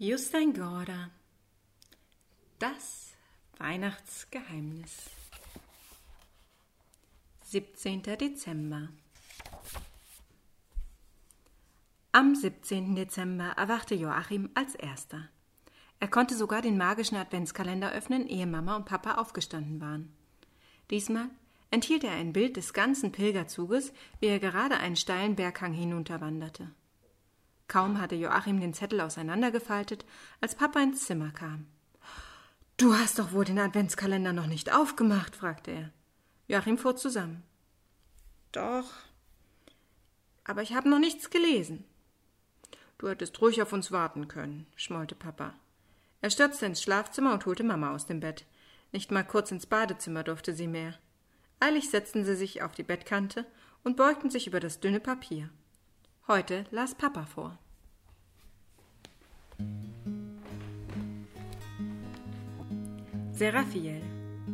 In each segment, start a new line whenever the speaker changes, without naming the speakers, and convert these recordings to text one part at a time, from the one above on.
Just ein Gorda. Das Weihnachtsgeheimnis. 17. Dezember. Am 17. Dezember erwachte Joachim als Erster. Er konnte sogar den magischen Adventskalender öffnen, ehe Mama und Papa aufgestanden waren. Diesmal enthielt er ein Bild des ganzen Pilgerzuges, wie er gerade einen steilen Berghang hinunterwanderte. Kaum hatte Joachim den Zettel auseinandergefaltet, als Papa ins Zimmer kam. »Du hast doch wohl den Adventskalender noch nicht aufgemacht?« fragte er. Joachim fuhr zusammen. »Doch, aber ich habe noch nichts gelesen.« »Du hättest ruhig auf uns warten können«, schmollte Papa. Er stürzte ins Schlafzimmer und holte Mama aus dem Bett. Nicht mal kurz ins Badezimmer durfte sie mehr. Eilig setzten sie sich auf die Bettkante und beugten sich über das dünne Papier. Heute las Papa vor. Seraphiel.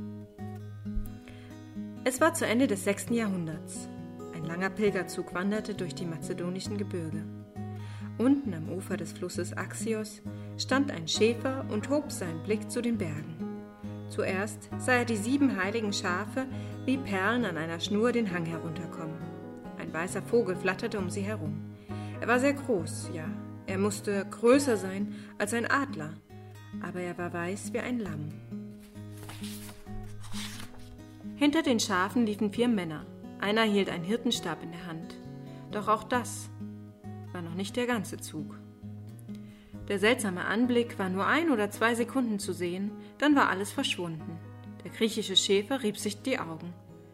Es war zu Ende des 6. Jahrhunderts. Ein langer Pilgerzug wanderte durch die mazedonischen Gebirge. Unten am Ufer des Flusses Axios stand ein Schäfer und hob seinen Blick zu den Bergen. Zuerst sah er die 7 heiligen Schafe wie Perlen an einer Schnur den Hang herunterkommen. Ein weißer Vogel flatterte um sie herum. Er war sehr groß, ja, er musste größer sein als ein Adler, aber er war weiß wie ein Lamm. Hinter den Schafen liefen 4 Männer. Einer hielt einen Hirtenstab in der Hand. Doch auch das war noch nicht der ganze Zug. Der seltsame Anblick war nur 1 oder 2 Sekunden zu sehen, dann war alles verschwunden. Der griechische Schäfer rieb sich die Augen.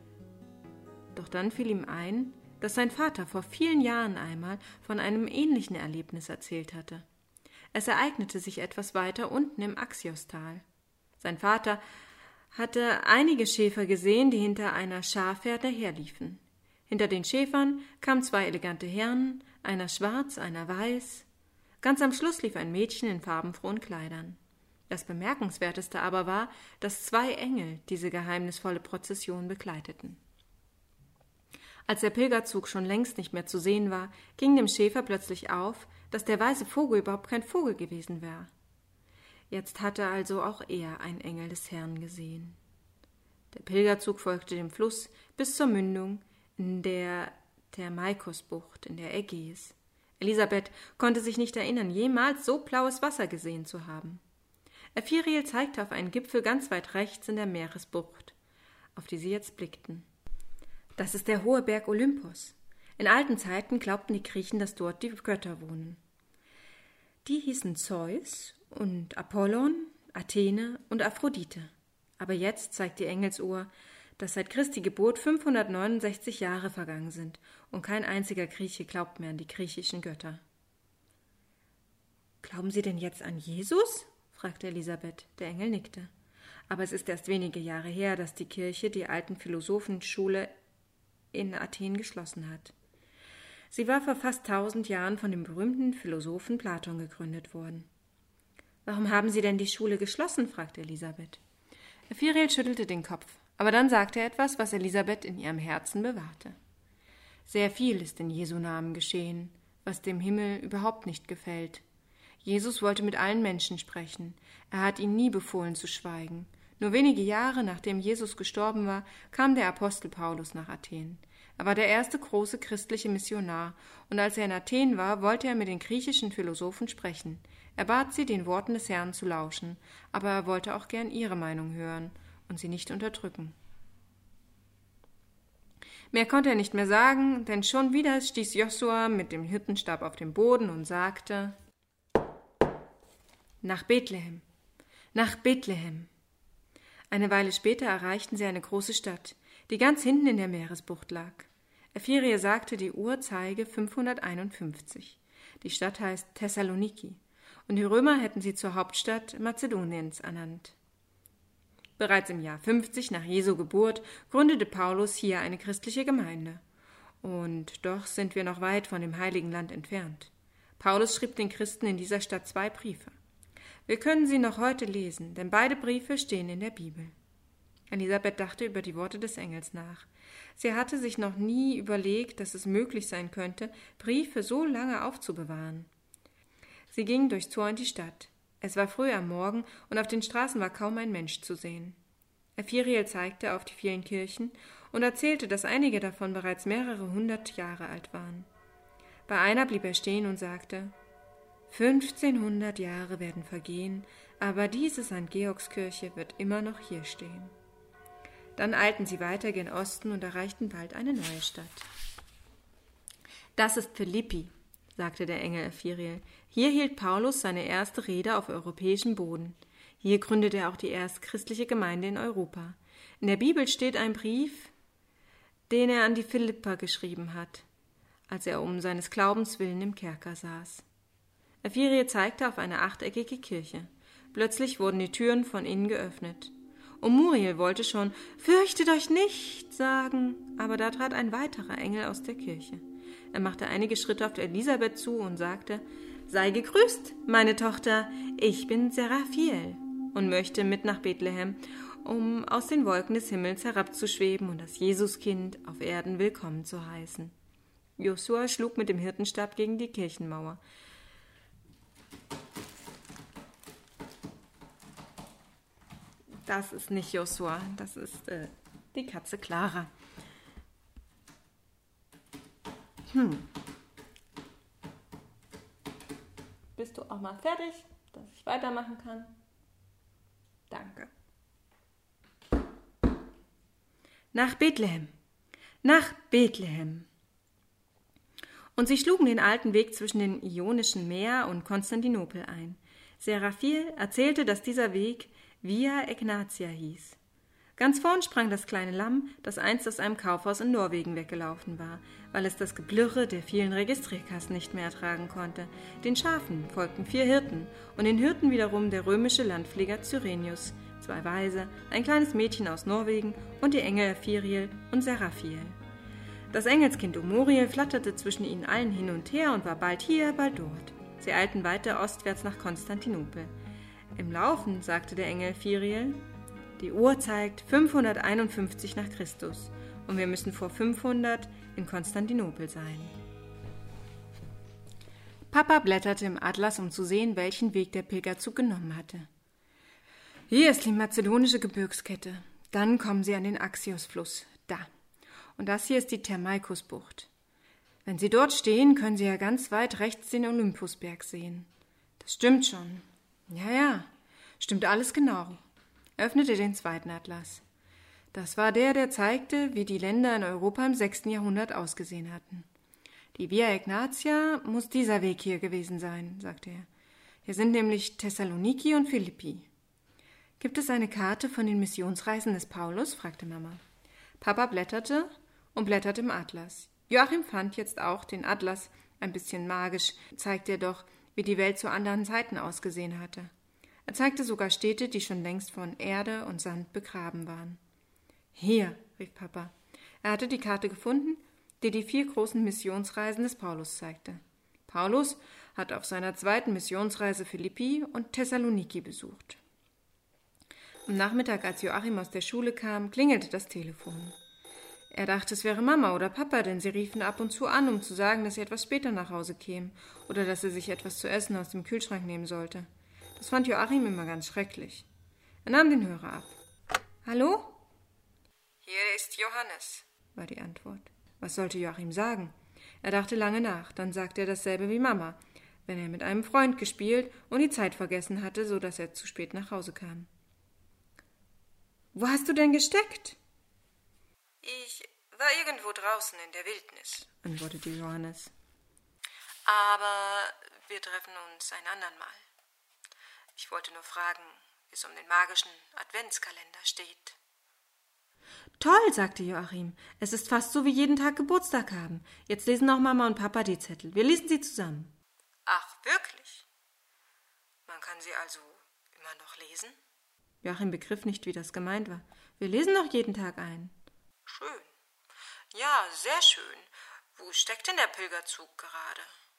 Doch dann fiel ihm ein, dass sein Vater vor vielen Jahren einmal von einem ähnlichen Erlebnis erzählt hatte. Es ereignete sich etwas weiter unten im Axiostal. Sein Vater hatte einige Schäfer gesehen, die hinter einer Schafherde herliefen. Hinter den Schäfern kamen 2 elegante Herren, einer schwarz, einer weiß. Ganz am Schluss lief ein Mädchen in farbenfrohen Kleidern. Das Bemerkenswerteste aber war, dass 2 Engel diese geheimnisvolle Prozession begleiteten. Als der Pilgerzug schon längst nicht mehr zu sehen war, ging dem Schäfer plötzlich auf, dass der weiße Vogel überhaupt kein Vogel gewesen war. Jetzt hatte also auch er einen Engel des Herrn gesehen. Der Pilgerzug folgte dem Fluss bis zur Mündung in der Thermaikosbucht in der Ägäis. Elisabeth konnte sich nicht erinnern, jemals so blaues Wasser gesehen zu haben. Ephiriel zeigte auf einen Gipfel ganz weit rechts in der Meeresbucht, auf die sie jetzt blickten. Das ist der hohe Berg Olympos. In alten Zeiten glaubten die Griechen, dass dort die Götter wohnen. Die hießen Zeus und Apollon, Athene und Aphrodite. Aber jetzt zeigt die Engelsuhr, dass seit Christi Geburt 569 Jahre vergangen sind und kein einziger Grieche glaubt mehr an die griechischen Götter. »Glauben Sie denn jetzt an Jesus?« fragte Elisabeth. Der Engel nickte. Aber es ist erst wenige Jahre her, dass die Kirche die alten Philosophenschule in Athen geschlossen hat. Sie war vor fast 1000 Jahren von dem berühmten Philosophen Platon gegründet worden. »Warum haben Sie denn die Schule geschlossen?« fragte Elisabeth. Ephiriel schüttelte den Kopf, aber dann sagte er etwas, was Elisabeth in ihrem Herzen bewahrte. »Sehr viel ist in Jesu Namen geschehen, was dem Himmel überhaupt nicht gefällt. Jesus wollte mit allen Menschen sprechen. Er hat ihnen nie befohlen zu schweigen. Nur wenige Jahre nachdem Jesus gestorben war, kam der Apostel Paulus nach Athen. Er war der erste große christliche Missionar, und als er in Athen war, wollte er mit den griechischen Philosophen sprechen. Er bat sie, den Worten des Herrn zu lauschen, aber er wollte auch gern ihre Meinung hören und sie nicht unterdrücken. Mehr konnte er nicht mehr sagen, denn schon wieder stieß Josua mit dem Hirtenstab auf den Boden und sagte: »Nach Bethlehem, nach Bethlehem!« Eine Weile später erreichten sie eine große Stadt, die ganz hinten in der Meeresbucht lag. Ephiriel sagte, die Uhr zeige 551. Die Stadt heißt Thessaloniki, und die Römer hätten sie zur Hauptstadt Mazedoniens ernannt. Bereits im Jahr 50 nach Jesu Geburt gründete Paulus hier eine christliche Gemeinde. Und doch sind wir noch weit von dem Heiligen Land entfernt. Paulus schrieb den Christen in dieser Stadt 2 Briefe. Wir können sie noch heute lesen, denn beide Briefe stehen in der Bibel. Elisabeth dachte über die Worte des Engels nach. Sie hatte sich noch nie überlegt, dass es möglich sein könnte, Briefe so lange aufzubewahren. Sie gingen durchs Tor in die Stadt. Es war früh am Morgen und auf den Straßen war kaum ein Mensch zu sehen. Ephiriel zeigte auf die vielen Kirchen und erzählte, dass einige davon bereits mehrere 100 Jahre alt waren. Bei einer blieb er stehen und sagte: 1500 Jahre werden vergehen, aber diese St. Georgskirche wird immer noch hier stehen. Dann eilten sie weiter gen Osten und erreichten bald eine neue Stadt. Das ist Philippi, sagte der Engel Ephiriel. Hier hielt Paulus seine erste Rede auf europäischem Boden. Hier gründete er auch die erste christliche Gemeinde in Europa. In der Bibel steht ein Brief, den er an die Philipper geschrieben hat, als er um seines Glaubens willen im Kerker saß. Ephiriel zeigte auf eine achteckige Kirche. Plötzlich wurden die Türen von innen geöffnet. Und Muriel wollte schon »Fürchtet euch nicht« sagen, aber da trat ein weiterer Engel aus der Kirche. Er machte einige Schritte auf Elisabeth zu und sagte: »Sei gegrüßt, meine Tochter, ich bin Seraphiel und möchte mit nach Bethlehem, um aus den Wolken des Himmels herabzuschweben und das Jesuskind auf Erden willkommen zu heißen.« Josua schlug mit dem Hirtenstab gegen die Kirchenmauer. Das ist nicht Josua, das ist die Katze Clara. Bist du auch mal fertig, dass ich weitermachen kann? Danke. Nach Bethlehem, nach Bethlehem. Und sie schlugen den alten Weg zwischen dem Ionischen Meer und Konstantinopel ein. Seraphiel erzählte, dass dieser Weg Via Egnatia hieß. Ganz vorn sprang das kleine Lamm, das einst aus einem Kaufhaus in Norwegen weggelaufen war, weil es das Geblirre der vielen Registrierkassen nicht mehr ertragen konnte. Den Schafen folgten 4 Hirten und den Hirten wiederum der römische Landpfleger Cyrenius, 2 Weise, ein kleines Mädchen aus Norwegen und die Engel Ephiriel und Seraphiel. Das Engelskind Muriel flatterte zwischen ihnen allen hin und her und war bald hier, bald dort. Sie eilten weiter ostwärts nach Konstantinopel. Im Laufen sagte der Engel Ephiriel: Die Uhr zeigt 551 nach Christus und wir müssen vor 500 in Konstantinopel sein. Papa blätterte im Atlas, um zu sehen, welchen Weg der Pilgerzug genommen hatte. Hier ist die mazedonische Gebirgskette. Dann kommen sie an den Axios-Fluss. Da. Und das hier ist die Thermaikusbucht. Wenn Sie dort stehen, können Sie ja ganz weit rechts den Olympusberg sehen. Das stimmt schon. Ja, stimmt alles genau. Er öffnete den zweiten Atlas. Das war der zeigte, wie die Länder in Europa im 6. Jahrhundert ausgesehen hatten. Die Via Egnatia muss dieser Weg hier gewesen sein, sagte er. Hier sind nämlich Thessaloniki und Philippi. Gibt es eine Karte von den Missionsreisen des Paulus? Fragte Mama. Papa blätterte und blätterte im Atlas. Joachim fand jetzt auch den Atlas ein bisschen magisch, zeigte er doch, wie die Welt zu anderen Zeiten ausgesehen hatte. Er zeigte sogar Städte, die schon längst von Erde und Sand begraben waren. Hier, rief Papa. Er hatte die Karte gefunden, die die 4 großen Missionsreisen des Paulus zeigte. Paulus hat auf seiner 2. Missionsreise Philippi und Thessaloniki besucht. Am Nachmittag, als Joachim aus der Schule kam, klingelte das Telefon. Er dachte, es wäre Mama oder Papa, denn sie riefen ab und zu an, um zu sagen, dass sie etwas später nach Hause kämen oder dass er sich etwas zu essen aus dem Kühlschrank nehmen sollte. Das fand Joachim immer ganz schrecklich. Er nahm den Hörer ab. »Hallo?« »Hier ist Johannes«, war die Antwort. Was sollte Joachim sagen? Er dachte lange nach, dann sagte er dasselbe wie Mama, wenn er mit einem Freund gespielt und die Zeit vergessen hatte, so dass er zu spät nach Hause kam. »Wo hast du denn gesteckt?« »Ich war irgendwo draußen in der Wildnis«, antwortete Johannes. »Aber wir treffen uns ein andern Mal. Ich wollte nur fragen, wie es um den magischen Adventskalender steht.« »Toll«, sagte Joachim. »Es ist fast so wie jeden Tag Geburtstag haben. Jetzt lesen auch Mama und Papa die Zettel. Wir lesen sie zusammen.« »Ach, wirklich? Man kann sie also immer noch lesen?« Joachim begriff nicht, wie das gemeint war. »Wir lesen doch jeden Tag ein.« »Schön. Ja, sehr schön. Wo steckt denn der Pilgerzug gerade?«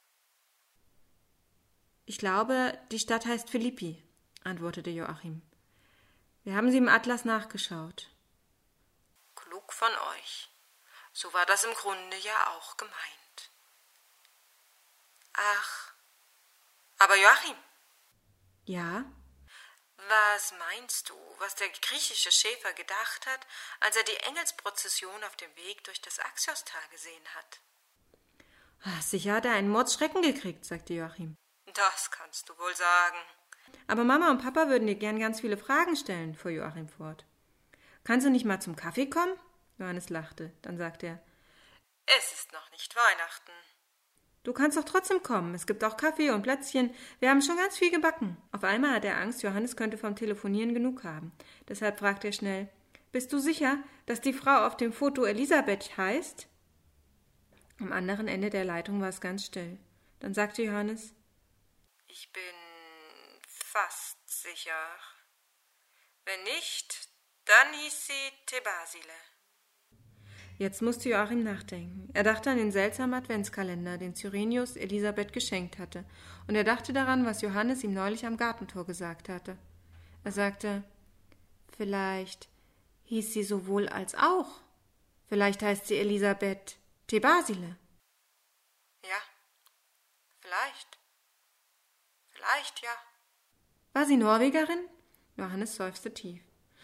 »Ich glaube, die Stadt heißt Philippi«, antwortete Joachim. »Wir haben sie im Atlas nachgeschaut.« »Klug von euch. So war das im Grunde ja auch gemeint.« Aber Joachim.
Ja?
Was meinst du, was der griechische Schäfer gedacht hat, als er die Engelsprozession auf dem Weg durch das Axiostal gesehen hat?
Sicher hat er einen Mordsschrecken gekriegt, sagte Joachim.
Das kannst du wohl sagen.
Aber Mama und Papa würden dir gern ganz viele Fragen stellen, fuhr Joachim fort. Kannst du nicht mal zum Kaffee kommen? Johannes lachte. Dann sagte er,
es ist noch nicht Weihnachten.
Du kannst doch trotzdem kommen. Es gibt auch Kaffee und Plätzchen. Wir haben schon ganz viel gebacken. Auf einmal hat er Angst, Johannes könnte vom Telefonieren genug haben. Deshalb fragt er schnell, bist du sicher, dass die Frau auf dem Foto Elisabeth heißt? Am anderen Ende der Leitung war es ganz still. Dann sagte Johannes,
ich bin fast sicher. Wenn nicht, dann hieß sie Thebasile.
Jetzt musste Joachim nachdenken. Er dachte an den seltsamen Adventskalender, den Cyrenius Elisabeth geschenkt hatte. Und er dachte daran, was Johannes ihm neulich am Gartentor gesagt hatte. Er sagte, vielleicht hieß sie sowohl als auch. Vielleicht heißt sie Elisabeth Thebasile.
Ja, vielleicht. Vielleicht, ja.
War sie Norwegerin? Johannes seufzte tief.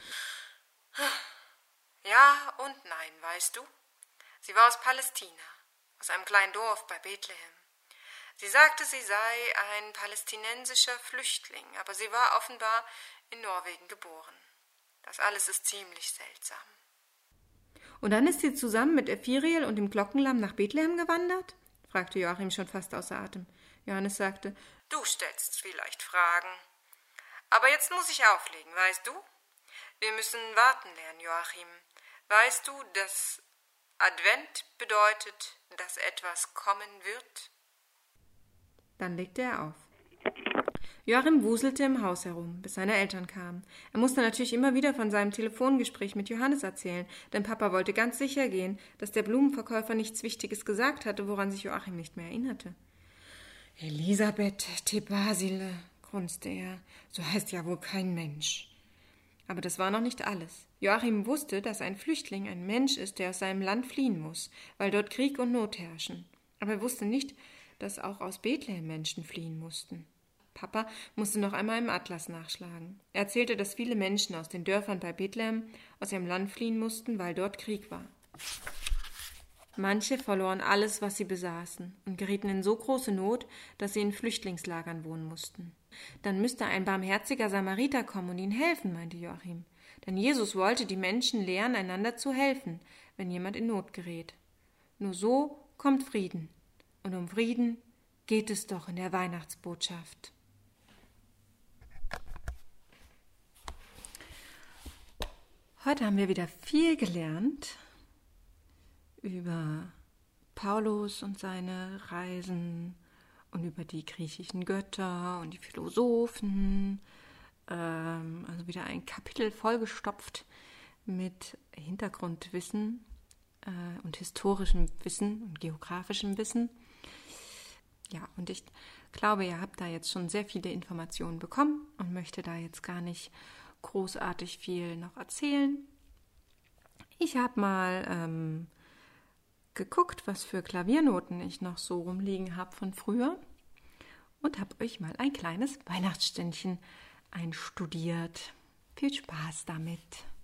Ja und nein, weißt du? Sie war aus Palästina, aus einem kleinen Dorf bei Bethlehem. Sie sagte, sie sei ein palästinensischer Flüchtling, aber sie war offenbar in Norwegen geboren. Das alles ist ziemlich seltsam.
Und dann ist sie zusammen mit Ephiriel und dem Glockenlamm nach Bethlehem gewandert? Fragte Joachim schon fast außer Atem. Johannes sagte,
du stellst vielleicht Fragen. Aber jetzt muss ich auflegen, weißt du? Wir müssen warten lernen, Joachim. Weißt du, dass Advent bedeutet, dass etwas kommen wird?
Dann legte er auf. Joachim wuselte im Haus herum, bis seine Eltern kamen. Er musste natürlich immer wieder von seinem Telefongespräch mit Johannes erzählen, denn Papa wollte ganz sicher gehen, dass der Blumenverkäufer nichts Wichtiges gesagt hatte, woran sich Joachim nicht mehr erinnerte. Elisabeth Thebasile, grunzte er, so heißt ja wohl kein Mensch. Aber das war noch nicht alles. Joachim wusste, dass ein Flüchtling ein Mensch ist, der aus seinem Land fliehen muss, weil dort Krieg und Not herrschen. Aber er wusste nicht, dass auch aus Bethlehem Menschen fliehen mussten. Papa musste noch einmal im Atlas nachschlagen. Er erzählte, dass viele Menschen aus den Dörfern bei Bethlehem aus ihrem Land fliehen mussten, weil dort Krieg war. Manche verloren alles, was sie besaßen, und gerieten in so große Not, dass sie in Flüchtlingslagern wohnen mussten. Dann müsste ein barmherziger Samariter kommen und ihnen helfen, meinte Joachim. Denn Jesus wollte die Menschen lehren, einander zu helfen, wenn jemand in Not gerät. Nur so kommt Frieden. Und um Frieden geht es doch in der Weihnachtsbotschaft. Heute haben wir wieder viel gelernt über Paulus und seine Reisen und über die griechischen Götter und die Philosophen. Also wieder ein Kapitel vollgestopft mit Hintergrundwissen und historischem Wissen und geografischem Wissen. Ja, und ich glaube, ihr habt da jetzt schon sehr viele Informationen bekommen und möchte da jetzt gar nicht großartig viel noch erzählen. Ich habe mal geguckt, was für Klaviernoten ich noch so rumliegen habe von früher und habe euch mal ein kleines Weihnachtsständchen einstudiert. Viel Spaß damit!